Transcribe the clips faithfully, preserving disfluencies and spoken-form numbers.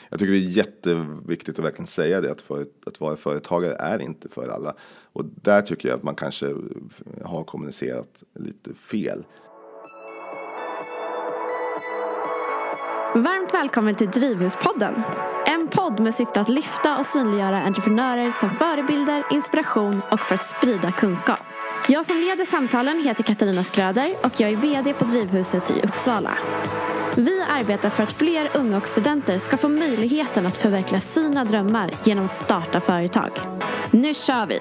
Jag tycker det är jätteviktigt att verkligen säga det, att, för, att vara företagare är inte för alla. Och där tycker jag att man kanske har kommunicerat lite fel. Varmt välkommen till Drivhuspodden. En podd med syfte att lyfta och synliggöra entreprenörer som förebilder, inspiration och för att sprida kunskap. Jag som leder samtalen heter Katarina Skröder och jag är vd på Drivhuset i Uppsala. Vi arbetar för att fler unga och studenter ska få möjligheten att förverkliga sina drömmar genom att starta företag. Nu kör vi!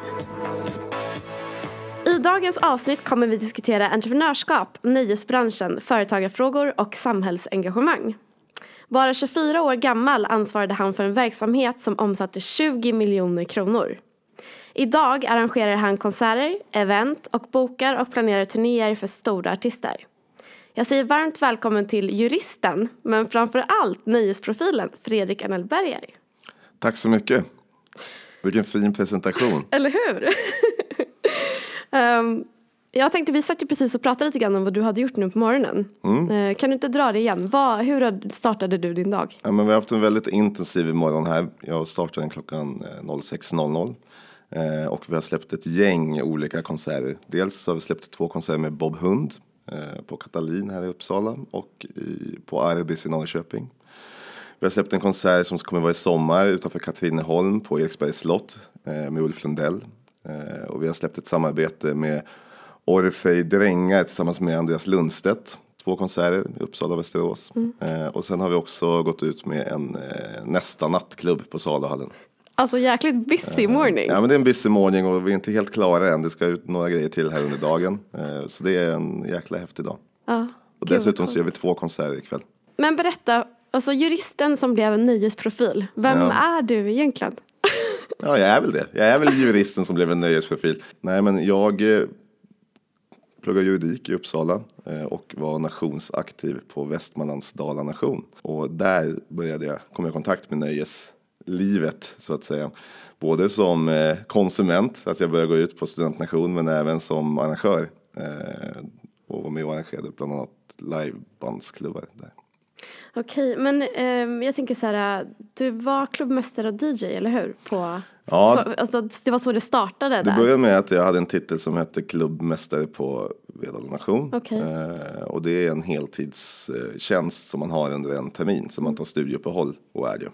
I dagens avsnitt kommer vi diskutera entreprenörskap, nöjesbranschen, företagarfrågor och samhällsengagemang. Bara tjugofyra år gammal ansvarade han för en verksamhet som omsatte tjugo miljoner kronor. Idag arrangerar han konserter, event och bokar och planerar turnéer för stora artister. Jag säger varmt välkommen till juristen, men framför allt nöjesprofilen Fredrik Annelberger. Tack så mycket. Vilken fin presentation. Eller hur? um, jag tänkte, vi satt ju precis och pratade lite grann om vad du hade gjort nu på morgonen. Mm. Uh, kan du inte dra det igen? Vad, hur startade du din dag? Ja, men vi har haft en väldigt intensiv morgon här. Jag startade den klockan sex noll noll. Uh, och vi har släppt ett gäng olika konserter. Dels så har vi släppt två konserter med Bob Hund på Katalin här i Uppsala och i, på Arbis i Norrköping. Vi har släppt en konsert som kommer vara i sommar utanför Katrineholm på Eriksbergs slott eh, med Ulf Lundell. Eh, och vi har släppt ett samarbete med Orfej Drängar tillsammans med Andreas Lundstedt. Två konserter i Uppsala och Västerås. Mm. Eh, och sen har vi också gått ut med en eh, nästa nattklubb på Salahallen. Alltså jäkligt busy morning. Ja, men det är en busy morning och vi är inte helt klara än. Det ska ut några grejer till här under dagen. Så det är en jäkla häftig dag. Ja, och dessutom så gör vi två konserter ikväll. Men berätta, alltså juristen som blev en nöjesprofil. Vem ja. är du egentligen? Ja, jag är väl det. Jag är väl juristen som blev en nöjesprofil. Nej, men jag pluggade juridik i Uppsala och var nationsaktiv på Västmanlands Dalanation. Och där började jag komma i kontakt med nöjes livet så att säga. Både som eh, konsument, att jag började gå ut på studentnation, men även som arrangör. Eh, och var med och arrangerade bland annat livebandsklubbar där. Okej, men eh, jag tänker så här, du var klubbmästare och D J, eller hur? På, ja, så, alltså, det var så det startade där. Det började med att jag hade en titel som hette klubbmästare på Vedala nation. Okay. Eh, och det är en heltidstjänst som man har under en termin, som man tar studieuppehåll och är det.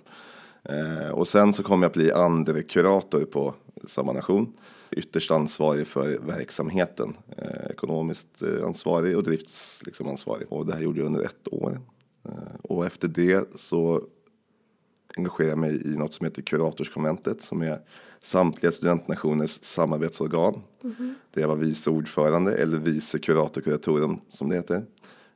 Eh, och sen så kom jag att bli andre kurator på samma nation. Ytterst ansvarig för verksamheten. Eh, ekonomiskt eh, ansvarig och driftsansvarig. Liksom ansvarig. Och det här gjorde jag under ett år. Eh, och efter det så engagerade jag mig i något som heter Kuratorskonventet. Som är samtliga studentnationers samarbetsorgan. Mm-hmm. Där jag var vice ordförande eller vice kurator-kuratoren som det heter.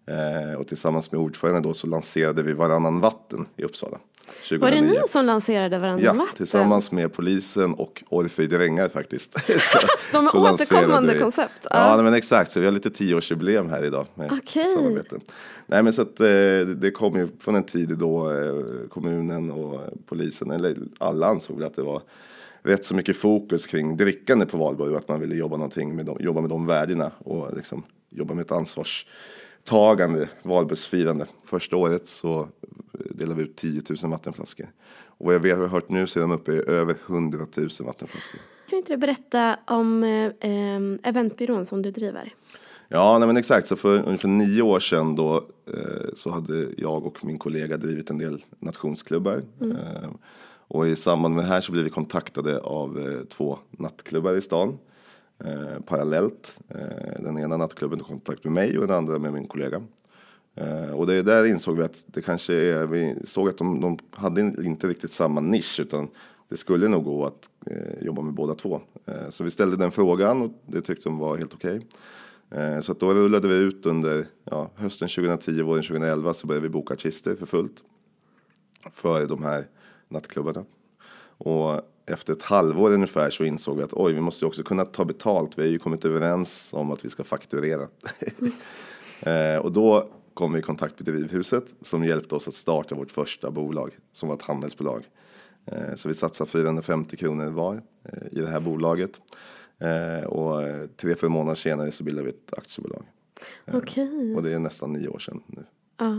Eh, och tillsammans med ordförande då så lanserade vi Varannan vatten i Uppsala. tjugohundranio. Var det ni som lanserade Varannan ja, vatten? Ja, tillsammans med polisen och Orfej Drängar faktiskt. De har återkommande vi. koncept. Ja, ja men exakt. Så vi har lite tioårsjubileum här idag med okay. samarbeten. Nej, men så att eh, det kom ju från en tid då eh, kommunen och polisen, eller alla ansåg att det var rätt så mycket fokus kring drickande på valborg och att man ville jobba någonting med de, jobba med de värdena och liksom jobba med ett ansvarstagande valborgsfirande. Första året så delade vi ut tio tusen vattenflaskor. Och vad jag vet, har hört nu så är de uppe i över hundra tusen vattenflaskor. Kan inte du berätta om eh, eventbyrån som du driver? Ja, nej men exakt. Så för ungefär nio år sedan då eh, så hade jag och min kollega drivit en del nationsklubbar. Mm. Eh, och i samband med det här så blev vi kontaktade av eh, två nattklubbar i stan. Eh, parallellt. Eh, den ena nattklubben tog kontakt med mig och den andra med min kollega. Uh, och det, där insåg vi att det kanske är, vi såg att de, de hade inte riktigt samma nisch utan det skulle nog gå att uh, jobba med båda två. Uh, så vi ställde den frågan och det tyckte de var helt okej. Okay. Uh, så att då rullade vi ut under ja, hösten tjugohundratio, våren tjugohundraelva så började vi boka artister för fullt för de här nattklubbarna. Och efter ett halvår ungefär så insåg vi att oj, vi måste ju också kunna ta betalt. Vi har ju kommit överens om att vi ska fakturera. uh, och då kom vi i kontakt med Drivhuset som hjälpte oss att starta vårt första bolag som var ett handelsbolag. Så vi satsade fyrahundrafemtio kronor var i det här bolaget. Och tre, fyra månader senare så bildade vi ett aktiebolag. Okej. Och det är nästan nio år sedan nu. Ja.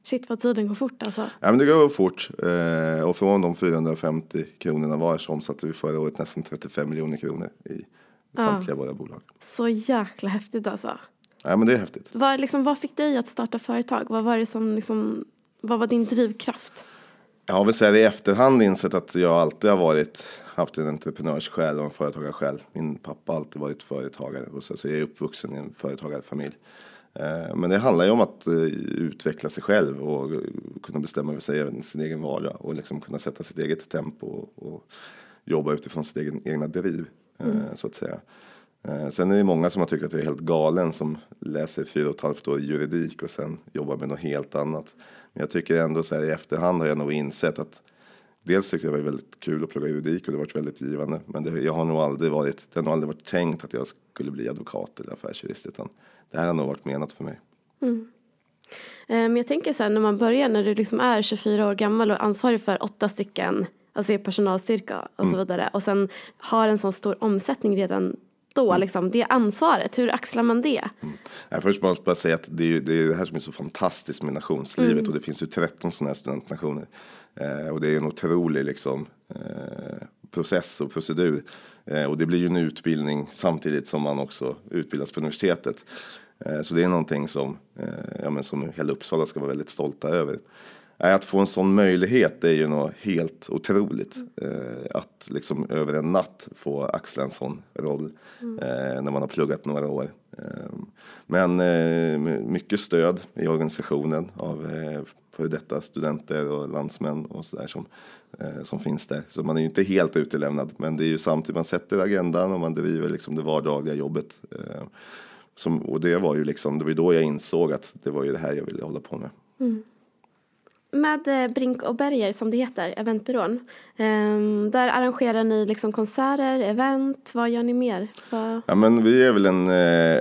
Shit vad tiden går fort alltså. Ja, men det går fort. Eh, och från de fyrahundrafemtio kronorna var så omsatte vi förra året nästan trettiofem miljoner kronor i samtliga ja. våra bolag. Så jäkla häftigt alltså. Ja, men det är häftigt. Vad, liksom, vad fick dig att starta företag? Vad var det som liksom, vad var din drivkraft? Jag har väl så här i efterhand insett att jag alltid har varit, haft en entreprenörssjäl och en företagarsjäl. Min pappa har alltid varit företagare och så, så jag är uppvuxen i en företagarfamilj. Men det handlar ju om att utveckla sig själv och kunna bestämma över sig över sin egen vardag och liksom kunna sätta sitt eget tempo och, och jobba utifrån sitt egen, egna driv, mm. så att säga. Sen är det många som har tyckt att jag är helt galen som läser fyra och ett halvt år i juridik och sen jobbar med något helt annat. Men jag tycker ändå så här i efterhand har jag nog insett att dels tyckte jag det var väldigt kul att plugga juridik och det har varit väldigt givande. Men det, jag har nog aldrig varit, det har nog aldrig varit tänkt att jag skulle bli advokat eller affärsjurist, utan det här har nog varit menat för mig. Mm. Men jag tänker så här, när man börjar, när du liksom är tjugofyra år gammal och ansvarig för åtta stycken, alltså personalstyrka och så Mm. vidare. Och sen har en sån stor omsättning redan då, mm. liksom, det ansvaret, hur axlar man det? Mm. Jag först måste bara säga att det är, det är det här som är så fantastiskt med nationslivet mm. och det finns ju tretton sådana här studentnationer. Eh, och det är en otrolig liksom, eh, process och procedur. Eh, och det blir ju en utbildning samtidigt som man också utbildas på universitetet. Eh, så det är någonting som, eh, ja, men som hela Uppsala ska vara väldigt stolta över. Eh, att få en sån möjlighet är ju något helt otroligt. Eh, att liksom över en natt få axla en sån roll mm. eh, när man har pluggat några år. Eh, men eh, mycket stöd i organisationen av eh, för detta studenter och landsmän och sådär som, eh, som finns där. Så man är ju inte helt utelämnad, men det är ju samtidigt man sätter agendan och man driver liksom det vardagliga jobbet. Eh, som, och det var ju liksom, det var ju då jag insåg att det var ju det här jag ville hålla på med. Mm. Med eh, Brink och Berger som det heter, eventbyrån, eh, där arrangerar ni liksom konserter, event, vad gör ni mer? Vad... Ja, men vi är väl en eh,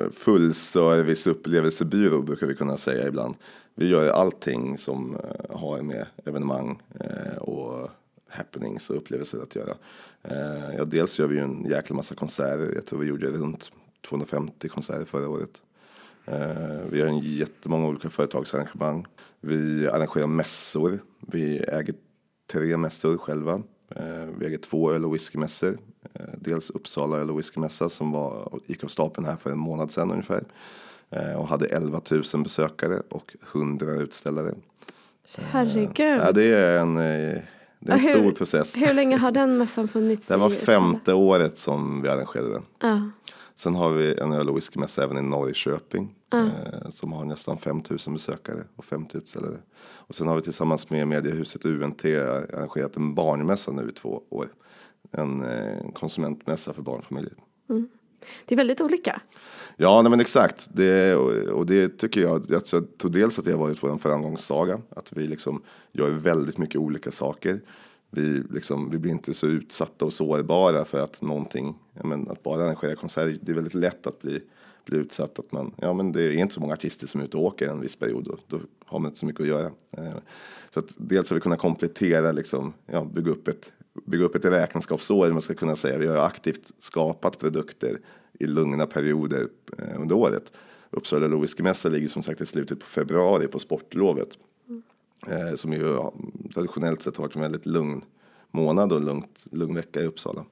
fullservice upplevelsebyrå brukar vi kunna säga ibland. Vi gör allting som eh, har med evenemang eh, och happenings och upplevelser att göra. Eh, ja, dels gör vi ju en jäkla massa konserter. Jag tror vi gjorde runt tvåhundrafemtio konserter förra året. Eh, vi har en jättemånga olika företagsarrangemang. Vi arrangerar mässor. Vi äger tre mässor själva. Eh, vi äger två öl- och whiskymässor. Eh, dels Uppsala öl- och whiskymässa som var, gick av stapeln här för en månad sedan ungefär. Och hade elva tusen besökare och hundra utställare. Herregud. Ja, det är en, det är en hur, stor process. Hur länge har den mässan funnits? Det var femte året som vi arrangerade den. Ja. Sen har vi en öl- och whiskymässa även i Norrköping. Ja. Eh, som har nästan fem tusen besökare och femtio utställare. Och sen har vi tillsammans med mediehuset U N T arrangerat en barnmässa nu i två år. En eh, konsumentmässa för barnfamiljer. Mm. Det är väldigt olika. Ja, nej, men exakt. Det, och det tycker jag, jag tror dels att det har varit vår framgångssaga. Att vi liksom gör väldigt mycket olika saker. Vi, liksom, vi blir inte så utsatta och sårbara för att någonting, ja, men att bara arrangera konserter, det är väldigt lätt att bli, bli utsatt. Att man, ja, men det är inte så många artister som är ute och åker en viss period och då har man inte så mycket att göra. Så att dels har vi kunnat komplettera, liksom, ja, bygga upp ett bygga upp ett räkenskapsår, man ska kunna säga. Vi har aktivt skapat produkter i lugna perioder eh, under året. Uppsala öl- och whiskymässa ligger som sagt i slutet på februari på sportlovet. Mm. Eh, som ju ja, traditionellt sett har varit en väldigt lugn månad och lugnt, lugn vecka i Uppsala.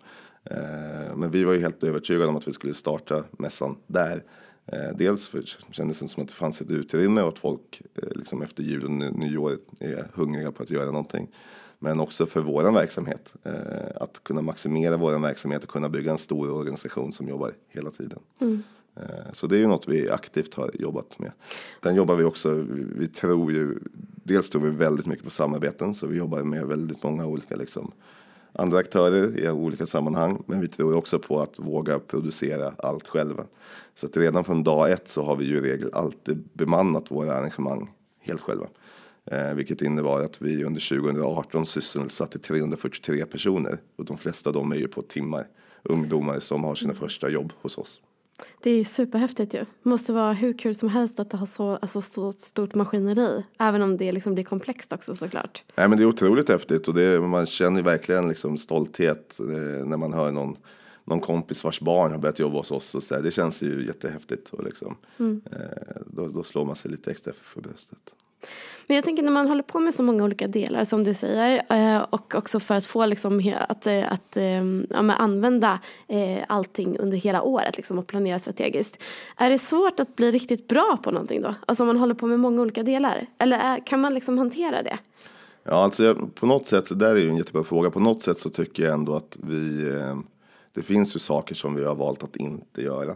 Eh, men vi var ju helt övertygade om att vi skulle starta mässan där. Eh, dels för det kändes som att det fanns ett utrymme och att folk eh, liksom efter jul och nyår är hungriga på att göra någonting. Men också för vår verksamhet. Eh, att kunna maximera vår verksamhet och kunna bygga en stor organisation som jobbar hela tiden. Mm. Eh, så det är ju något vi aktivt har jobbat med. Sen jobbar vi också, vi, vi tror ju, dels tror vi väldigt mycket på samarbeten. Så vi jobbar med väldigt många olika liksom, andra aktörer i olika sammanhang. Men vi tror också på att våga producera allt själva. Så att redan från dag ett så har vi ju i regel alltid bemannat våra arrangemang helt själva. Eh, vilket innebar att vi under tjugo arton sysselsatte trehundrafyrtiotre personer. Och de flesta av dem är ju på timmar. Ungdomar som har sina första jobb hos oss. Det är superhäftigt ju. Det måste vara hur kul som helst att ha så alltså, stort, stort maskineri. Även om det liksom blir komplext också såklart. Nej, men det är otroligt häftigt. Och det, man känner verkligen liksom stolthet eh, när man hör någon, någon kompis vars barn har börjat jobba hos oss. Och så där. Det känns ju jättehäftigt. Och liksom, mm. eh, då, då slår man sig lite extra för bröstet. Men jag tänker när man håller på med så många olika delar som du säger och också för att få liksom att, att ja, men använda allting under hela året liksom och planera strategiskt. Är det svårt att bli riktigt bra på någonting då? Alltså om man håller på med många olika delar? Eller är, kan man liksom hantera det? Ja, alltså jag, på något sätt, så där är ju en jättebra fråga. På något sätt så tycker jag ändå att vi, det finns ju saker som vi har valt att inte göra.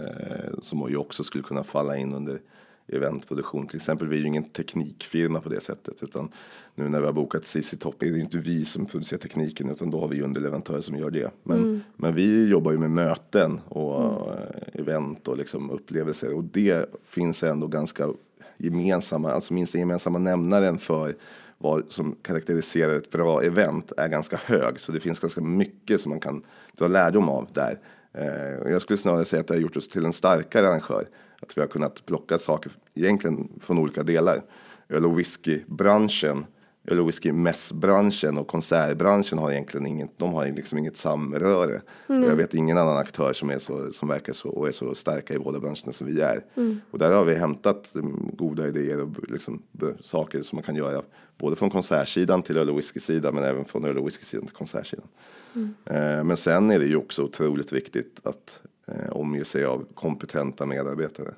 Som ju också skulle kunna falla in under eventproduktion. Till exempel, vi är ju ingen teknikfirma på det sättet, utan nu när vi har bokat C C Topp är det inte vi som producerar tekniken, utan då har vi underleverantörer som gör det. Men, mm. men vi jobbar ju med möten och mm. event och liksom upplevelser, och det finns ändå ganska gemensamma, alltså minst gemensamma nämnaren för vad som karaktäriserar ett bra event är ganska hög, så det finns ganska mycket som man kan dra lärdom av där. Eh, jag skulle snarare säga att det har gjort oss till en starkare arrangör, att vi har kunnat plocka saker egentligen från olika delar. Öl- och whiskybranschen, öl- och whiskymässbranschen och konsertbranschen har egentligen inget, de har liksom inget samröre. Mm. Jag vet ingen annan aktör som är så, som verkar så och är så starka i båda branscherna som vi är. Mm. Och där har vi hämtat um, goda idéer och liksom, b- saker som man kan göra både från konsertsidan till öl- och whisky-sidan, men även från öl- och whisky-sidan till konsertsidan. Mm. Eh, men sen är det ju också otroligt viktigt att eh, omge sig av kompetenta medarbetare.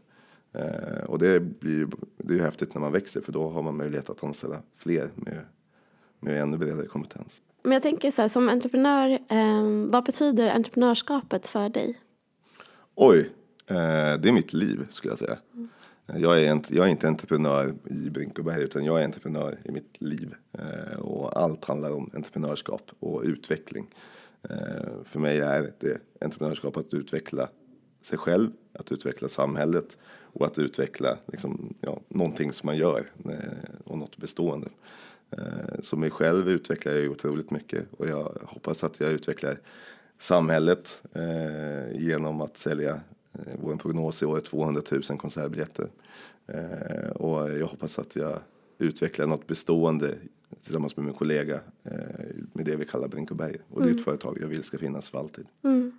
Eh, och det blir ju, det är ju häftigt när man växer, för då har man möjlighet att anställa fler med, med ännu bredare kompetens. Men jag tänker så här, som entreprenör, eh, vad betyder entreprenörskapet för dig? Oj, eh, det är mitt liv skulle jag säga. Mm. Jag är, inte, jag är inte entreprenör i Brinkeberg, utan jag är entreprenör i mitt liv. Eh, och allt handlar om entreprenörskap och utveckling. Eh, för mig är det entreprenörskap att utveckla sig själv, att utveckla samhället och att utveckla liksom, ja, någonting som man gör eh, och något bestående. Eh, så mig själv utvecklar jag otroligt mycket, och jag hoppas att jag utvecklar samhället eh, genom att sälja eh, vår prognos i år tvåhundratusen konsertbiljetter. Eh, och jag hoppas att jag utvecklar något bestående tillsammans med min kollega eh, med det vi kallar Brinkeberg. Och mm. det är ett företag jag vill ska finnas för alltid. Mm.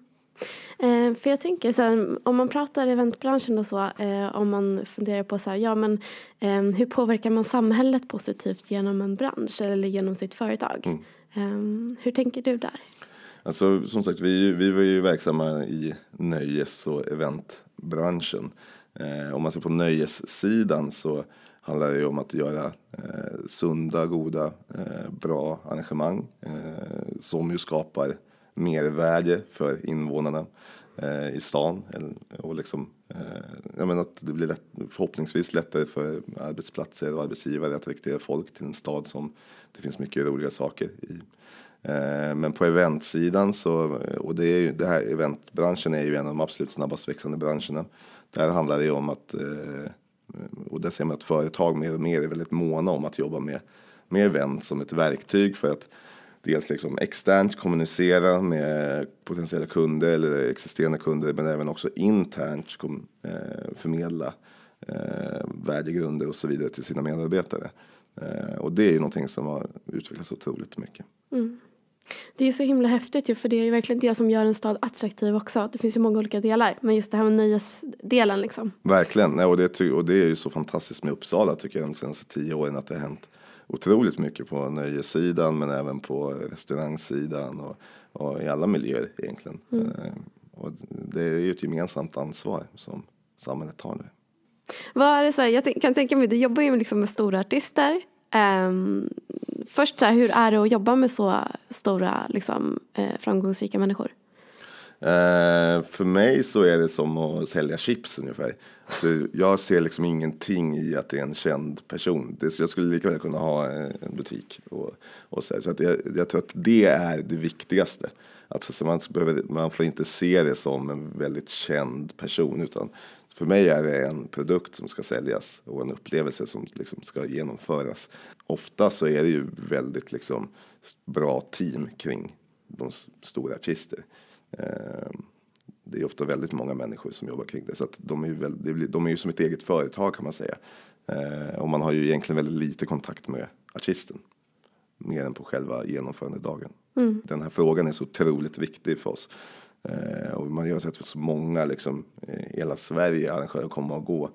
Eh, för jag tänker så här, om man pratar eventbranschen och så, eh, om man funderar på så här, ja men eh, hur påverkar man samhället positivt genom en bransch eller genom sitt företag? Mm. Eh, hur tänker du där? Alltså som sagt, vi, vi var ju verksamma i nöjes- och eventbranschen. Eh, om man ser på nöjessidan så handlar det ju om att göra eh, sunda, goda, eh, bra arrangemang eh, som ju skapar mervärde för invånarna eh, i stan. Och liksom, eh, jag menar att det blir lätt, förhoppningsvis lättare för arbetsplatser och arbetsgivare att rekrytera folk till en stad som det finns mycket roliga saker i. Eh, men på eventsidan så, och det är ju, det här eventbranschen är ju en av de absolut snabbast växande branscherna. Där handlar det ju om att, eh, och där ser man att företag mer och mer är väldigt måna om att jobba med, med event som ett verktyg för att dels liksom externt kommunicera med potentiella kunder eller existerande kunder, men även också internt kom, eh, förmedla eh, värdegrunder och så vidare till sina medarbetare. Eh, och det är ju någonting som har utvecklats otroligt mycket. Mm. Det är så himla häftigt ju, för det är ju verkligen det som gör en stad attraktiv också. Det finns ju många olika delar, men just det här med nöjesdelen liksom. Verkligen, nej, och, det, och det är ju så fantastiskt med Uppsala tycker jag de senaste tio åren att det har hänt otroligt mycket på nöjessidan, men även på restaurangsidan och, och i alla miljöer egentligen. Mm. Eh, och det är ju ett gemensamt ansvar som samhället har nu. Vad är det så här, jag t- kan tänka mig, du jobbar ju liksom med stora artister. Um, först så här, hur är det att jobba med så stora liksom, eh, framgångsrika människor? Uh, för mig så är det som att sälja chips ungefär. Så jag ser liksom ingenting i att det är en känd person. Det, jag skulle lika väl kunna ha en butik. Och, och så så att jag, jag tror att det är det viktigaste. Alltså, så man, behöver, man får inte se det som en väldigt känd person, utan för mig är det en produkt som ska säljas och en upplevelse som liksom ska genomföras. Ofta så är det ju väldigt liksom bra team kring de stora artister. Det är ofta väldigt många människor som jobbar kring det. Så att de är ju, väldigt, de är ju som ett eget företag kan man säga. Och man har ju egentligen väldigt lite kontakt med artisten. Mer än på själva genomförandedagen. Mm. Den här frågan är så otroligt viktig för oss. Och man gör så att så många liksom, hela Sverige arrangörer kommer att gå.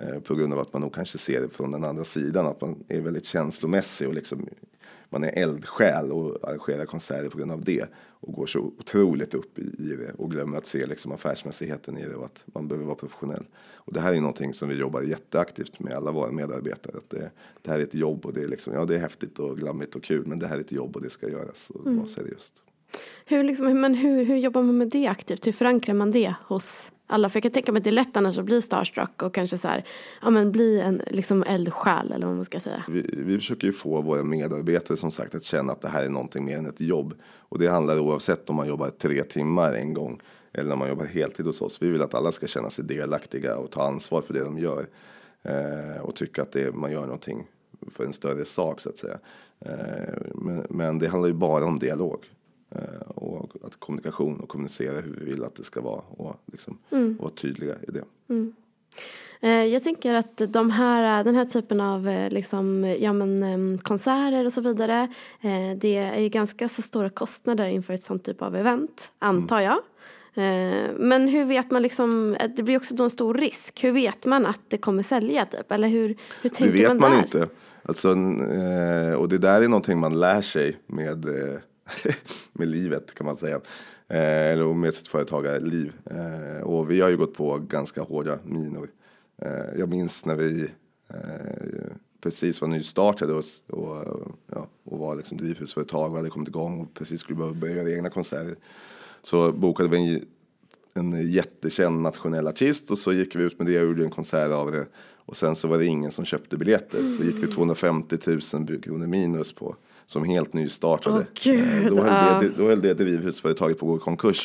Eh, på grund av att man nog kanske ser det från den andra sidan. Att man är väldigt känslomässig och liksom, man är eldsjäl och arrangerar konserter på grund av det. Och går så otroligt upp i, i det och glömmer att se liksom affärsmässigheten i det och att man behöver vara professionell. Och det här är någonting som vi jobbar jätteaktivt med alla våra medarbetare. Att det, det här är ett jobb och det är liksom, ja det är häftigt och glammigt och kul, men det här är ett jobb och det ska göras och mm. vara seriöst. Hur, liksom, men hur, hur jobbar man med det aktivt? Hur förankrar man det hos alla? För jag kan tänka mig att det är lätt annars att bli starstruck och kanske så här, ja men bli en liksom eldsjäl eller vad man ska säga. Vi, vi försöker ju få våra medarbetare som sagt att känna att det här är någonting mer än ett jobb. Och det handlar oavsett om man jobbar tre timmar en gång eller om man jobbar heltid hos oss. Vi vill att alla ska känna sig delaktiga och ta ansvar för det de gör. Eh, och tycka att det, man gör någonting för en större sak så att säga. Eh, men, men det handlar ju bara om dialog. Och att kommunikation och kommunicera hur vi vill att det ska vara och liksom mm. vara tydliga i det. Mm. Jag tänker att de här, den här typen av liksom, ja, men, konserter och så vidare, det är ju ganska så stora kostnader inför ett sånt typ av event, antar jag. Mm. Men hur vet man liksom, det blir också då en stor risk, hur vet man att det kommer sälja typ, eller hur, hur tänker det vet man där? Man inte. Alltså, och det där är någonting man lär sig med med livet kan man säga, eh, eller med sitt företagarliv. Eh, och vi har ju gått på ganska hårda minor. Eh, jag minns när vi eh, precis var nystartade och, och, ja, och var liksom drivhusföretag och hade kommit igång och precis skulle börja göra egna konserter. Så bokade vi en, en jättekänd nationell artist och så gick vi ut med det och gjorde en konsert av det. Och sen så var det ingen som köpte biljetter. Mm. Så gick vi tvåhundrafemtio tusen kronor minus på som helt nystartade. Oh, Gud, då, höll det, då höll det drivhusföretaget på att gå i konkurs.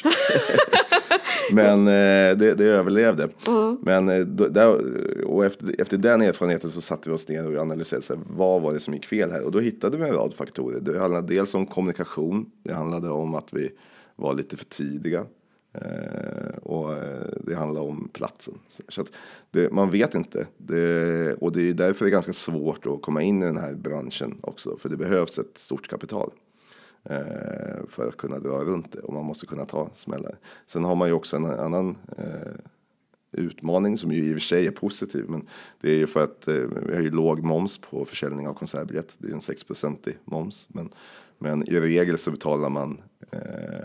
Men eh, det, det överlevde. Mm. Men eh, då, där, och efter, efter den erfarenheten så satte vi oss ner och analyserade så här, vad var det som gick fel här. Och då hittade vi en rad faktorer. Det handlade dels om kommunikation. Det handlade om att vi var lite för tidiga. Eh, och eh, det handlar om platsen. Så att det, man vet inte. Det, och det är därför det är ganska svårt att komma in i den här branschen också. För det behövs ett stort kapital eh, för att kunna dra runt det. Och man måste kunna ta smällar. Sen har man ju också en annan eh, utmaning som ju i och för sig är positiv. Men det är ju för att eh, vi har ju låg moms på försäljning av konsertbiljett. Det är ju en sex procent i moms. Men, men i regel så betalar man eh,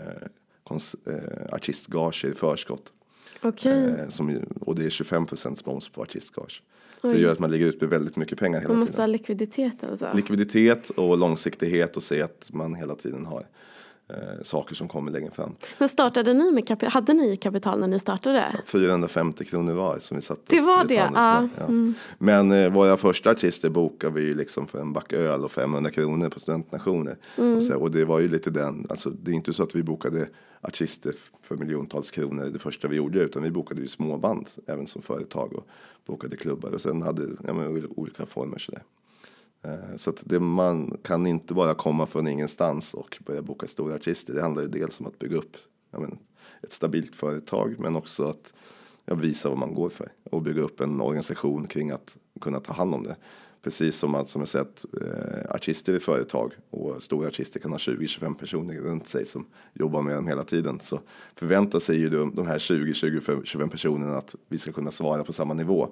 Kons- eh, artistgage i förskott. Okay. Eh, som, och det är tjugofem procent moms på artistgage. Oj. Så det gör att man ligger ut med väldigt mycket pengar hela tiden. Man måste tiden. ha likviditet alltså. Likviditet och långsiktighet och se att man hela tiden har eh, saker som kommer längre fram. Men startade ni med kapital? Hade ni kapital när ni startade? Ja, fyrahundrafemtio kronor var som vi satte. Det var det, ja. ja. Mm. Men eh, våra första artister bokade vi ju liksom för en back öl och femhundra kronor på studentnationer. Mm. Och, så, och det var ju lite den, alltså det är inte så att vi bokade artister för miljontals kronor det första vi gjorde, utan vi bokade ju småband även som företag och bokade klubbar och sen hade ja, men, olika former så där. Eh, så att det, man kan inte bara komma från ingenstans och börja boka stora artister. Det handlar ju dels om att bygga upp ja, men, ett stabilt företag, men också att ja, visa vad man går för och bygga upp en organisation kring att kunna ta hand om det. Precis som att, som jag säger, att eh, artister i företag och stora artister kan ha tjugo till tjugofem personer runt sig som jobbar med dem hela tiden. Så förväntar sig ju de, de här tjugo till tjugofem personerna att vi ska kunna svara på samma nivå.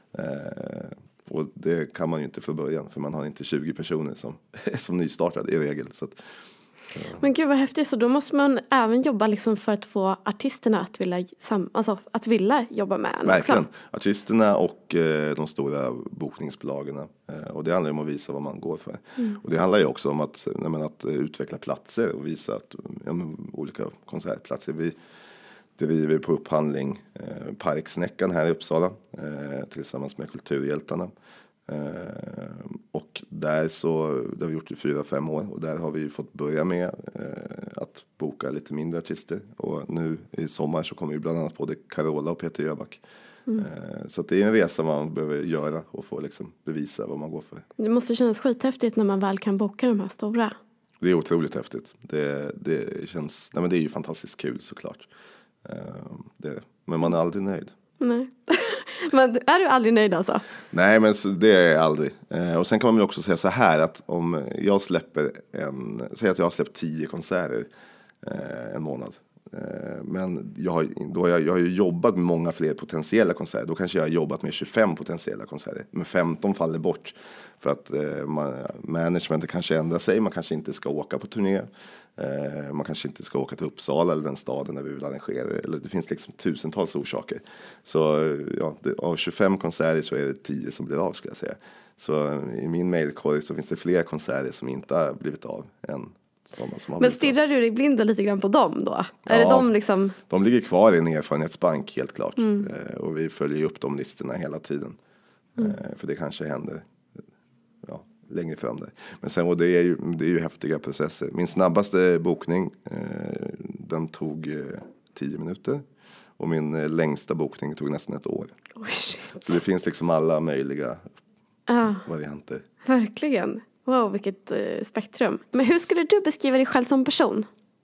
Eh, och det kan man ju inte från början, för man har inte tjugo personer som, som nystartade i regel. Så att, ja. Men gud vad häftigt, så då måste man även jobba liksom för att få artisterna att vilja, sam- alltså, att vilja jobba med en. Verkligen, också. Artisterna och eh, de stora bokningsbolagen. Eh, och det handlar om att visa vad man går för. Mm. Och det handlar ju också om att, menar, att utveckla platser och visa att ja, men, olika konsertplatser. Vi driver på upphandling eh, Parksnäckan här i Uppsala eh, tillsammans med Kulturhjältarna. Uh, och där så, det har vi gjort i fyra, fem år och där har vi fått börja med uh, att boka lite mindre artister och nu i sommar så kommer ju bland annat både Carola och Peter Jöback. Mm. Uh, så att det är en resa man behöver göra och få liksom bevisa vad man går för. Det måste kännas skithäftigt när man väl kan boka de här stora. Det är otroligt häftigt. Det, det känns, nej men det är ju fantastiskt kul såklart. Uh, det, men man är aldrig nöjd. Nej. Men är du aldrig nöjd alltså? Nej, men det är jag aldrig. Eh, och sen kan man väl också säga så här att om jag släpper en, säg att jag har släppt tio konserter eh, en månad. Men jag har, då har jag, jag har ju jobbat med många fler potentiella konserter. Då kanske jag har jobbat med tjugofem potentiella konserter. Men femton faller bort. För att eh, man, managementet kanske ändrar sig. Man kanske inte ska åka på turné. Eh, man kanske inte ska åka till Uppsala eller den staden där vi vill arrangera. Eller det finns liksom tusentals orsaker. Så ja, det, av tjugofem konserter så är det tio som blir av, skulle jag säga. Så i min mailkorg så finns det fler konserter som inte har blivit av än sådana som har. Men stirrar du dig blind lite grann på dem då? Ja, är det de liksom? De ligger kvar i en erfarenhetsbank helt klart. Mm. Eh, och vi följer upp de listorna hela tiden. Mm. Eh, för det kanske händer ja, längre fram där. Men sen, och det är ju, det är ju häftiga processer. Min snabbaste bokning, eh, den tog eh, tio minuter. Och min eh, längsta bokning tog nästan ett år. Oh, shit. Så det finns liksom alla möjliga ah, varianter. Verkligen. Wow, vilket eh, spektrum. Men hur skulle du beskriva dig själv som person?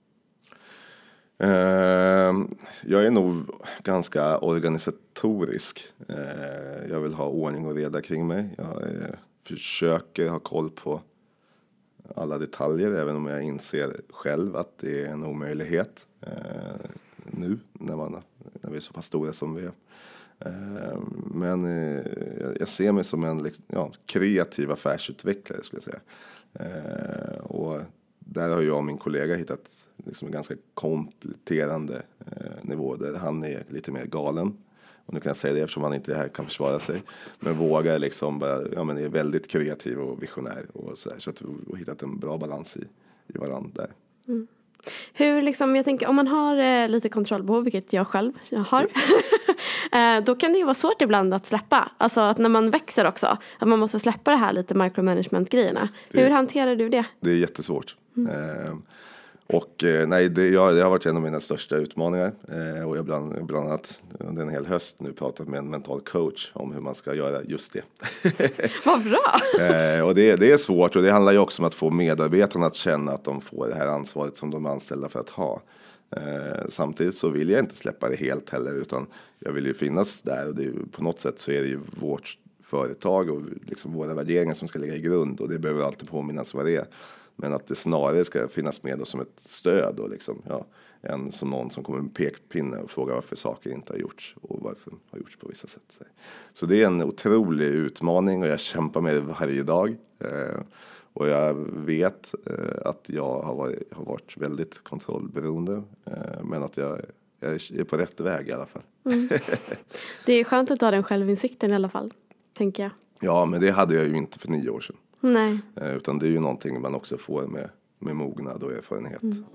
Uh, jag är nog ganska organisatorisk. Uh, jag vill ha ordning och reda kring mig. Jag uh, försöker ha koll på alla detaljer, även om jag inser själv att det är en omöjlighet uh, nu när, man, när vi är så pass stora som vi är. Uh, men uh, jag ser mig som en liksom, ja, kreativ affärsutvecklare, skulle jag säga. Uh, och där har jag och min kollega hittat liksom en ganska kompletterande eh, nivå där han är lite mer galen. Och nu kan jag säga det eftersom han inte här kan försvara sig. Men vågar liksom bara, ja men är väldigt kreativ och visionär och så där. Så att vi har hittat en bra balans i, i varandra där. Mm. Hur liksom, jag tänker om man har eh, lite kontrollbehov, vilket jag själv jag har. eh, då kan det ju vara svårt ibland att släppa. Alltså att när man växer också. Att man måste släppa det här lite micromanagement-grejerna. Det, Hur hanterar du det? Det är jättesvårt. Mm. Eh, Och eh, nej, det, jag, det har varit en av mina största utmaningar. Eh, och jag bland, bland annat under en hel höst nu pratat med en mental coach om hur man ska göra just det. Vad bra! eh, och det, det är svårt, och det handlar ju också om att få medarbetarna att känna att de får det här ansvaret som de är anställda för att ha. Eh, samtidigt så vill jag inte släppa det helt heller, utan jag vill ju finnas där, och det är, på något sätt så är det ju vårt företag och liksom våra värderingar som ska ligga i grund, och det behöver alltid påminnas vad det är. Men att det snarare ska finnas med då som ett stöd och liksom, ja, än som någon som kommer med pekpinne och frågar varför saker inte har gjorts och varför har gjorts på vissa sätt. Så det är en otrolig utmaning, och jag kämpar med det varje dag. Eh, och jag vet eh, att jag har varit, har varit väldigt kontrollberoende, eh, men att jag, jag är på rätt väg i alla fall. Mm. Det är skönt att ha den självinsikten i alla fall, tänker jag. Ja, men det hade jag ju inte för nio år sedan. Nej. Eh, utan det är ju någonting man också får med, med mognad och erfarenhet. Mm.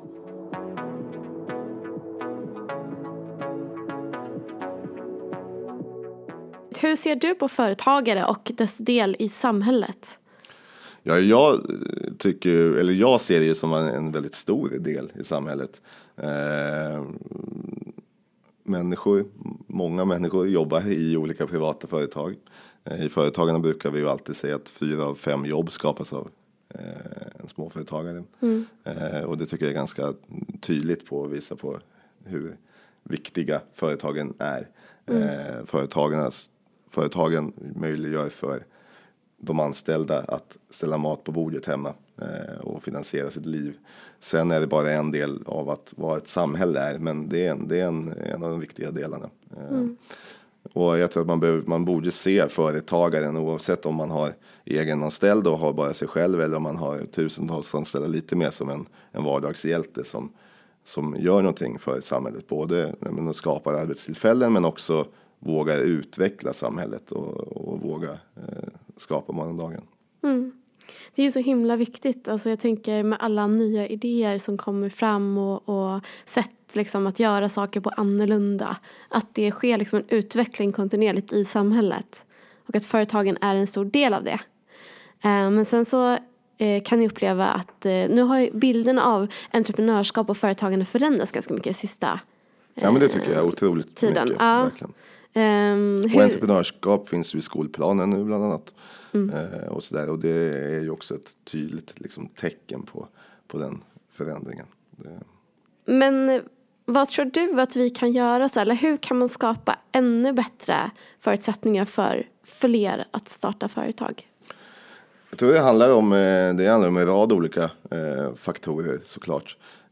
Hur ser du på företagare och dess del i samhället? Ja, jag tycker, eller jag ser det som en, en väldigt stor del i samhället. Eh, människor, många människor jobbar i olika privata företag. Eh, I företagarna brukar vi ju alltid säga att fyra av fem jobb skapas av eh, en småföretagare. Mm. Eh, och det tycker jag är ganska tydligt på att visa på hur viktiga företagen är. Mm. Eh, företagarnas, företagen möjliggör för de anställda att ställa mat på bordet hemma eh, och finansiera sitt liv. Sen är det bara en del av att vad ett samhälle är, men det är en, det är en, en av de viktiga delarna. Eh, mm. Och jag tror att man, behöver, man borde se företagaren, oavsett om man har egenanställd och har bara sig själv, eller om man har tusentals anställda, lite mer som en, en vardagshjälte som, som gör någonting för samhället. Både men, skapar arbetstillfällen, men också vågar utveckla samhället och, och våga eh, skapa morgondagen. Mm. Det är ju så himla viktigt. Alltså jag tänker med alla nya idéer som kommer fram och, och sätt liksom att göra saker på annorlunda. Att det sker liksom en utveckling kontinuerligt i samhället. Och att företagen är en stor del av det. Eh, men sen så eh, kan jag uppleva att eh, nu har ju bilden av entreprenörskap och företagande förändrats ganska mycket sista eh, Ja, men det tycker jag är otroligt tiden. mycket. Ja. Verkligen. Um, och hur... entreprenörskap finns ju i skolplanen nu bland annat. Mm. Eh, och, så där. Och det är ju också ett tydligt liksom, tecken på, på den förändringen. Det... Men vad tror du att vi kan göra så? Eller hur kan man skapa ännu bättre förutsättningar för fler att starta företag? Jag tror det handlar om, det handlar om en rad olika eh, faktorer såklart.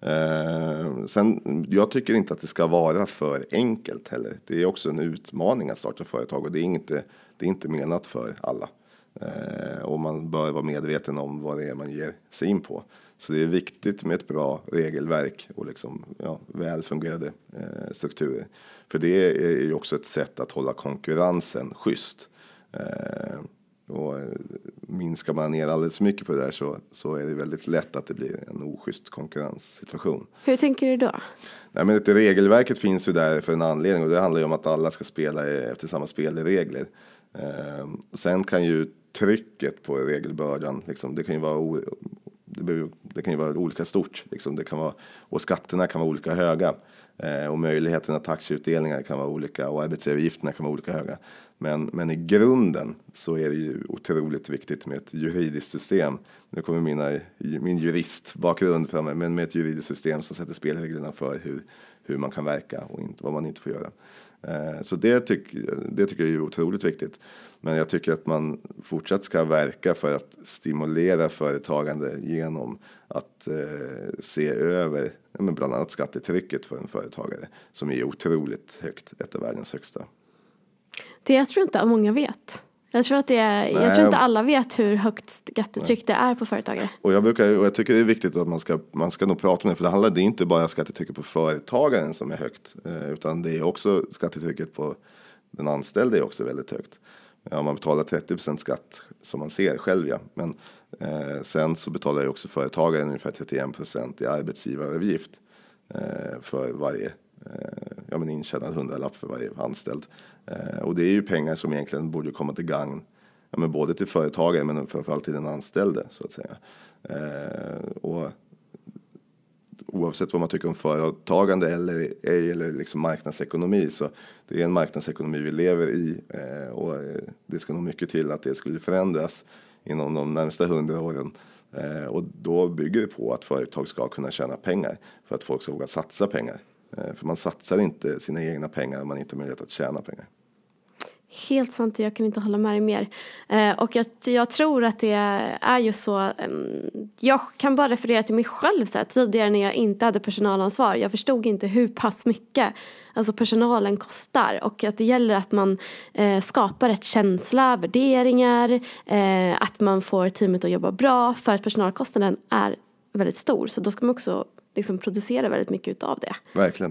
Eh, sen, jag tycker inte att det ska vara för enkelt heller. Det är också en utmaning att starta företag och det är inte, det är inte menat för alla. Eh, och man bör vara medveten om vad det är man ger sig in på. Så det är viktigt med ett bra regelverk och liksom, ja, väl fungerande eh, strukturer. För det är ju också ett sätt att hålla konkurrensen schysst. Eh, och minskar man ner alldeles mycket på det där så, så är det väldigt lätt att det blir en oschysst konkurrenssituation. Hur tänker du då? Nej, men det regelverket finns ju där för en anledning och det handlar ju om att alla ska spela efter samma spelregler. Eh, sen kan ju trycket på regelbördan, liksom, det kan ju vara o, det, behöver, det kan ju vara olika stort. Liksom, det kan vara, och skatterna kan vara olika höga. Eh, och möjligheterna till aktieutdelningar kan vara olika och arbetsgivaravgifterna kan vara olika höga. Men, men i grunden så är det ju otroligt viktigt med ett juridiskt system. Nu kommer mina, min juristbakgrund fram, men med ett juridiskt system som sätter spelreglerna för hur, hur man kan verka och inte, vad man inte får göra. Eh, så det, tyck, det tycker jag är otroligt viktigt. Men jag tycker att man fortsatt ska verka för att stimulera företagande genom att eh, se över ja, men bland annat skattetrycket för en företagare som är otroligt högt, ett av världens högsta. Det jag tror inte att många vet. Jag tror, att det är, jag tror inte alla vet hur högt skattetryck Nej. det är på företagare. Och jag, brukar, och jag tycker det är viktigt att man ska, man ska nog prata om det. För det handlar det är inte bara skattetrycket på företagaren som är högt. Eh, utan det är också skattetrycket på den anställde är också väldigt högt. Ja, man betalar trettio procent skatt som man ser själv. Ja. Men eh, sen så betalar ju också företagaren ungefär trettioen procent i arbetsgivaravgift eh, för varje eh, ja, men intjänad hundralapp för varje anställd. Eh, och det är ju pengar som egentligen borde komma till gagn ja, men både till företagaren men framförallt till den anställde så att säga. Eh, och oavsett vad man tycker om företagande eller ej eller liksom marknadsekonomi så det är en marknadsekonomi vi lever i eh, och det ska nog mycket till att det skulle förändras inom de närmsta hundra åren eh, och då bygger det på att företag ska kunna tjäna pengar för att folk ska våga satsa pengar eh, för man satsar inte sina egna pengar om man inte har möjlighet att tjäna pengar. Helt sant, jag kan inte hålla med dig mer. Eh, och jag, jag tror att det är ju så. Eh, jag kan bara referera till mig själv så här, tidigare när jag inte hade personalansvar. Jag förstod inte hur pass mycket alltså personalen kostar. Och att det gäller att man eh, skapar ett känsla, värderingar. Eh, att man får teamet att jobba bra. För att personalkostnaden är väldigt stor. Så då ska man också liksom, producera väldigt mycket utav det. Verkligen.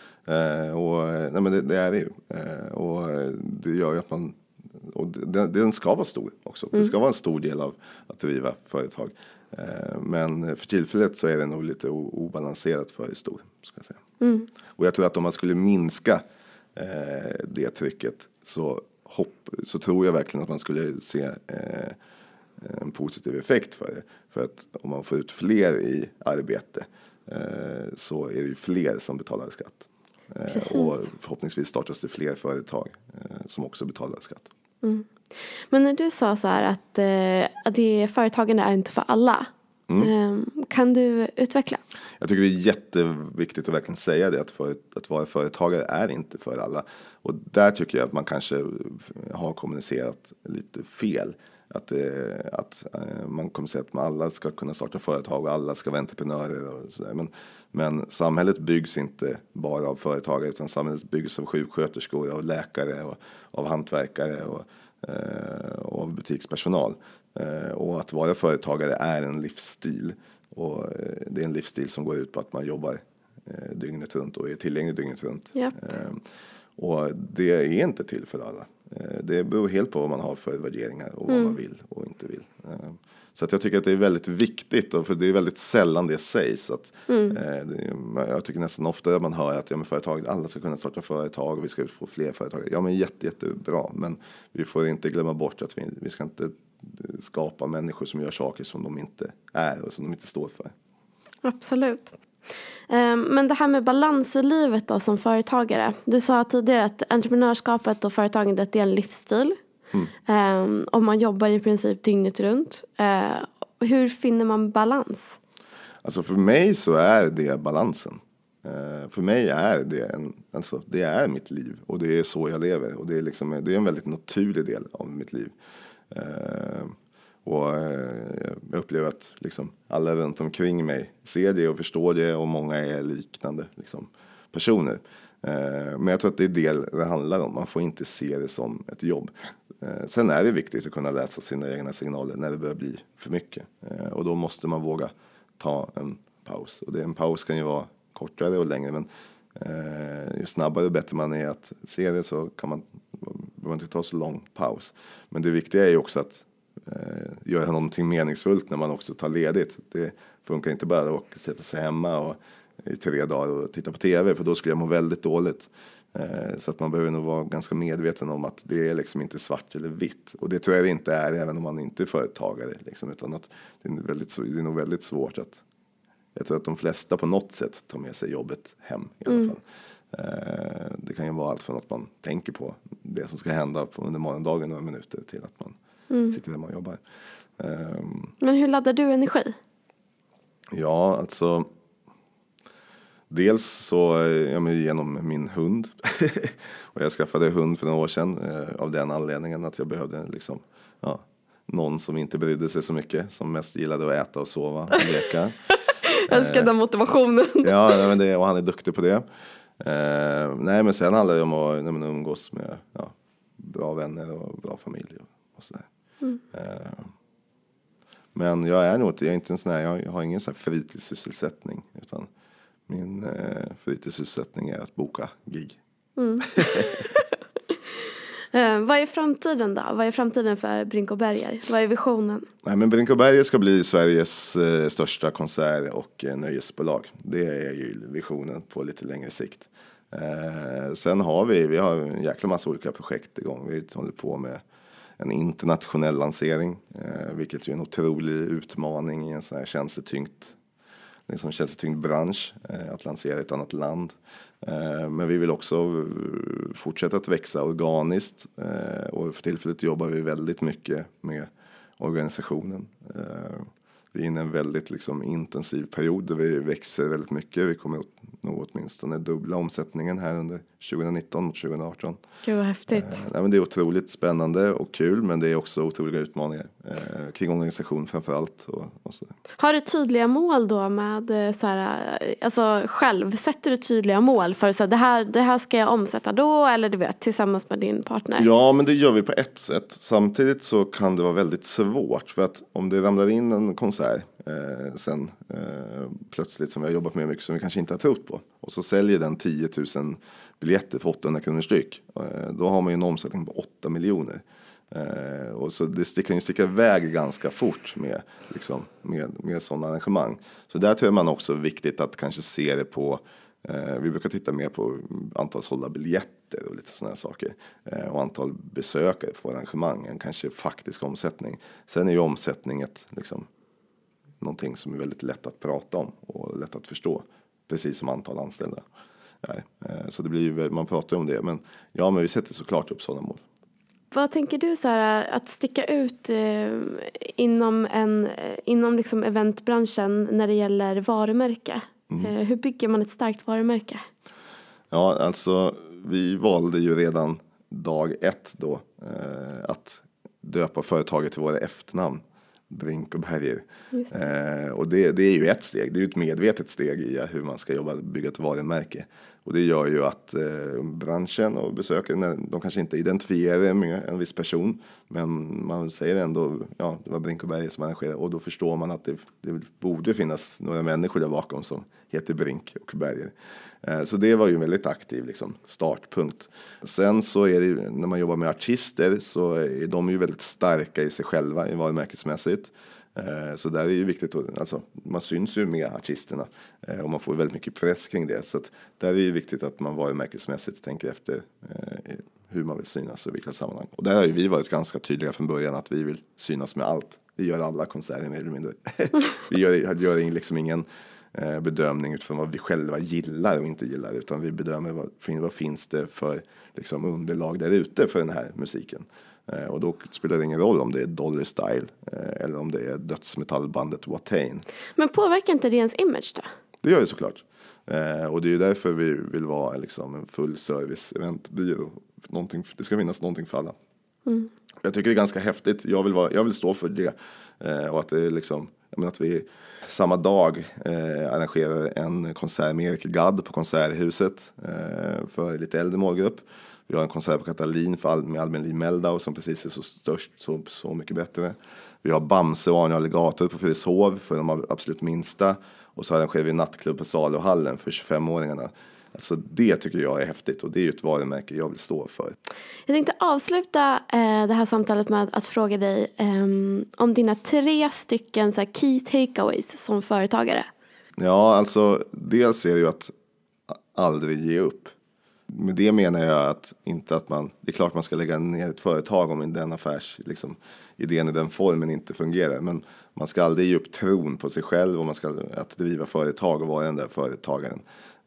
Eh, och, nej men det, det är det ju. Eh, och det gör ju att man, och det, den ska vara stor också. Mm. Det ska vara en stor del av att driva företag. Eh, men för tillfället så är det nog lite o, obalanserat för stor, ska jag säga. Mm. Och jag tror att om man skulle minska eh, det trycket så, hopp, så tror jag verkligen att man skulle se eh, en positiv effekt för det. För att om man får ut fler i arbete eh, så är det ju fler som betalar skatt. Precis. Och förhoppningsvis startas det fler företag eh, som också betalar skatt. Mm. Men när du sa så här att, eh, att det företagande är inte för alla. Mm. Eh, kan du utveckla? Jag tycker det är jätteviktigt att verkligen säga det. Att, för, att vara företagare är inte för alla. Och där tycker jag att man kanske har kommunicerat lite fel. Att, eh, att eh, man kommer säga att man alla ska kunna starta företag och alla ska vara entreprenörer och sådär. Men, men samhället byggs inte bara av företagare utan samhället byggs av sjuksköterskor, av läkare och av hantverkare och, eh, och av butikspersonal. Eh, och att vara företagare är en livsstil och eh, det är en livsstil som går ut på att man jobbar eh, dygnet runt och är tillgänglig dygnet runt. Yep. Eh, och det är inte till för alla. Det beror helt på vad man har för värderingar och vad mm. man vill och inte vill. Så att jag tycker att det är väldigt viktigt, för det är väldigt sällan det sägs. Att, mm. eh, jag tycker nästan ofta att man hör att ja, men företag, alla ska kunna starta företag och vi ska få fler företag. Ja, men jätte, jättebra, men vi får inte glömma bort att vi, vi ska inte skapa människor som gör saker som de inte är och som de inte står för. Absolut. Men det här med balans i livet då, som företagare. Du sa tidigare att entreprenörskapet och företagandet är en livsstil. Mm. Och man jobbar i princip dygnet runt. Hur finner man balans? Alltså för mig så är det balansen. För mig är det en, alltså det är mitt liv och det är så jag lever. Och det är, liksom, det är en väldigt naturlig del av mitt liv. Och eh, jag upplever att liksom, alla runt omkring mig ser det och förstår det, och många är liknande liksom, personer. Eh, men jag tror att det är det det handlar om. Man får inte se det som ett jobb. Eh, sen är det viktigt att kunna läsa sina egna signaler när det börjar bli för mycket. Eh, och då måste man våga ta en paus. Och det, en paus kan ju vara kortare och längre, men eh, ju snabbare och bättre man är att se det, så kan man, behöver inte ta så lång paus. Men det viktiga är ju också att eh, göra någonting meningsfullt när man också tar ledigt. Det funkar inte bara att sätta sig hemma och i tre dagar och titta på tv, för då skulle jag må väldigt dåligt. Eh, så att man behöver nog vara ganska medveten om att det är liksom inte svart eller vitt. Och det tror jag det inte är, även om man inte är företagare. Liksom, utan att det är, väldigt, det är nog väldigt svårt att... Jag tror att de flesta på något sätt tar med sig jobbet hem i alla fall. Mm. Eh, det kan ju vara allt från att man tänker på det som ska hända på under morgondagen några minuter, till att man mm. sitter hemma och jobbar. Eh, Men hur laddar du energi? Ja, alltså... Dels så ja, men genom min hund. Och jag skaffade hund för några år sedan eh, av den anledningen att jag behövde liksom, ja, någon som inte brydde sig så mycket, som mest gillade att äta och sova och leka. Jag älskar den motivationen. Ja, men det, och han är duktig på det. Eh, nej, men sen handlar det om att nej, men umgås med ja, bra vänner och bra familj och, och sådär. Mm. Eh, men jag är nog jag är inte en sån här, jag har ingen sån här fritidssysselsättning, utan min eh, fritidssysselsättning är att boka gig. Mm. eh, vad är framtiden då? Vad är framtiden för Brink och Berger? Vad är visionen? Nej, men Brink och Berger ska bli Sveriges eh, största konsert- och eh, nöjesbolag. Det är ju visionen på lite längre sikt. Eh, sen har vi, vi har en jäkla massa olika projekt igång. Vi håller på med en internationell lansering, eh, vilket är en otrolig utmaning i en sån här tjänstetyngt liksom tjänstetyngd bransch, eh, att lansera i ett annat land. Eh, men vi vill också fortsätta att växa organiskt, eh, och för tillfället jobbar vi väldigt mycket med organisationen. Eh, vi är inne i en väldigt liksom, intensiv period där vi växer väldigt mycket. Vi kommer att nå åtminstone dubbla omsättningen här under tjugonitton mot tjugoarton. Gud vad häftigt. Eh, nej, men det är otroligt spännande och kul, men det är också otroliga utmaningar eh, kring organisation framförallt. Och, och så. Har du tydliga mål då med så här, alltså själv, sätter du tydliga mål för så här, det här, det här ska jag omsätta då, eller du vet, tillsammans med din partner? Ja, men det gör vi på ett sätt. Samtidigt så kan det vara väldigt svårt, för att om det ramlar in en konsert eh, sen eh, plötsligt, som vi har jobbat med mycket, som vi kanske inte har trott på, och så säljer den tio tusen biljetter för åttahundra kronor styck, eh, då har man ju en omsättning på åtta miljoner. Eh, och så det kan ju sticka iväg ganska fort med, liksom, med, med sådana arrangemang. Så där tror jag man också är viktigt att kanske se det på, eh, vi brukar titta mer på antal sålda biljetter och lite sådana här saker, eh, och antal besökare på arrangemang än kanske faktisk omsättning. Sen är ju omsättning ett, liksom, någonting som är väldigt lätt att prata om och lätt att förstå, precis som antal anställda. Nej, eh, så det blir ju, man pratar om det, men ja, men vi sätter såklart upp sådana mål. Vad tänker du så här, att sticka ut eh, inom, en, inom liksom eventbranschen när det gäller varumärke? Mm. Eh, hur bygger man ett starkt varumärke? Ja, alltså vi valde ju redan dag ett då eh, att döpa företaget till våra efternamn, Brink och Berger. Det. Eh, och det, det är ju ett steg, det är ju ett medvetet steg i hur man ska jobba, bygga ett varumärke. Och det gör ju att eh, branschen och besökare, de kanske inte identifierar med en viss person, men man säger ändå, ja, det var Brink och Berger som arrangerade, och då förstår man att det, det borde finnas några människor där bakom som heter Brink och Berger. Eh, så det var ju en väldigt aktiv liksom, startpunkt. Sen så är det ju, när man jobbar med artister, så är de ju väldigt starka i sig själva i varumärkesmässigt. Så där är det ju viktigt, alltså, man syns ju med artisterna och man får väldigt mycket press kring det. Så att där är det ju viktigt att man varumärkesmässigt tänker efter hur man vill synas och vilka sammanhang. Och där har ju vi varit ganska tydliga från början att vi vill synas med allt. Vi gör alla konserter mer eller mindre. Vi gör, gör liksom ingen bedömning utifrån vad vi själva gillar och inte gillar, utan vi bedömer vad, vad finns det för liksom, underlag där ute för den här musiken. Och då spelar det ingen roll om det är Dolly Style eller om det är dödsmetallbandet Watain. Men påverkar inte det ens image då? Det gör det såklart. Och det är ju därför vi vill vara liksom en full service eventbyrå. Någonting, det ska finnas någonting för alla. Mm. Jag tycker det är ganska häftigt. Jag vill, vara, jag vill stå för det. Eh, och att det är liksom, jag menar att vi samma dag eh, arrangerar en konsert med Erik Gadd på Konserthuset eh, för lite äldre målgrupp. Vi har en konsert på Katalin för all, med Albin Lee Meldau som precis är så störst, så, så mycket bättre. Vi har Bamse och Arne Alligator på Fredrikshov för de absolut minsta. Och så arrangerar vi nattklubb på Saluhallen för tjugofem-åringarna. Alltså det tycker jag är häftigt och det är ju ett varumärke jag vill stå för. Jag tänkte avsluta eh, det här samtalet med att fråga dig eh, om dina tre stycken så här, key takeaways som företagare. Ja, alltså dels är det ju att aldrig ge upp. Med det menar jag att inte att man, det är klart man ska lägga ner ett företag om den affärs, liksom, idén i den formen inte fungerar. Men man ska aldrig ge upp tron på sig själv och man ska att driva företag och vara den där företagaren.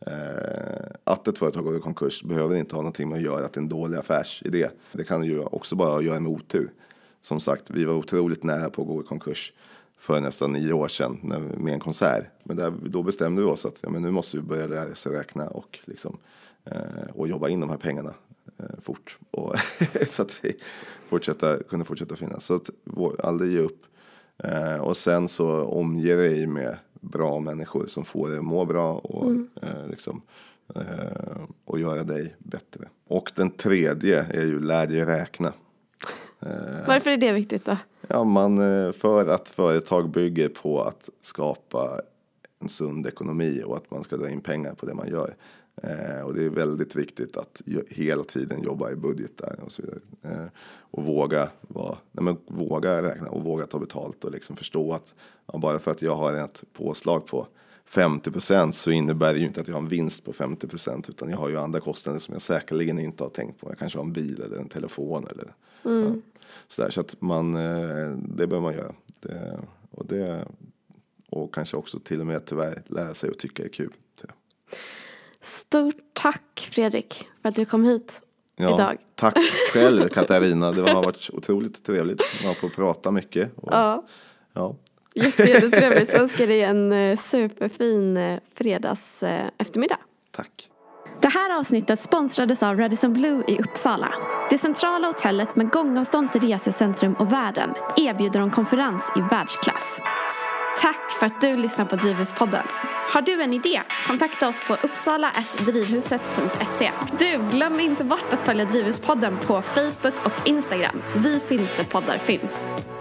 Eh, att ett företag går i konkurs behöver inte ha någonting med att göra att det är en dålig affärsidé. Det kan ju också bara göra med otur. Som sagt, vi var otroligt nära på att gå i konkurs för nästan nio år sedan när, med en konsert. Men där, då bestämde vi oss att ja, men nu måste vi börja lära oss räkna och, liksom, eh, och jobba in de här pengarna eh, fort. Och så att vi fortsätta, kunde fortsätta finnas. Så att vår, aldrig ge upp. Eh, och sen så omger dig med bra människor som får dig att må bra och, mm. eh, liksom, eh, och göra dig bättre. Och den tredje är ju lär dig räkna. Eh, Varför är det viktigt då? Ja, man, för att företag bygger på att skapa en sund ekonomi och att man ska dra in pengar på det man gör. Eh, och det är väldigt viktigt att hela tiden jobba i budgetar och så vidare. Eh, och våga, vara, nej men våga räkna och våga ta betalt och liksom förstå att ja, bara för att jag har ett påslag på femtio procent så innebär det ju inte att jag har en vinst på femtio procent utan jag har ju andra kostnader som jag säkerligen inte har tänkt på. Jag kanske har en bil eller en telefon eller mm. ja, så där, så att man, det bör man göra. Det, och, det, och kanske också till och med tyvärr lära sig att tycka är kul. Stort tack Fredrik för att du kom hit ja, idag. Tack själv Katarina, det har varit otroligt trevligt. Man får prata mycket. Och, ja. Ja. Jättetrevligt. Sen ska det en superfin fredags eftermiddag. Tack. Det här avsnittet sponsrades av Radisson Blu i Uppsala. Det centrala hotellet med gångavstånd till resecentrum och världen erbjuder en konferens i världsklass. Tack för att du lyssnar på Drivhuspodden. Har du en idé? Kontakta oss på uppsala at drivhuset punkt se. Och du, glöm inte bort att följa Drivhuspodden på Facebook och Instagram. Vi finns där poddar finns.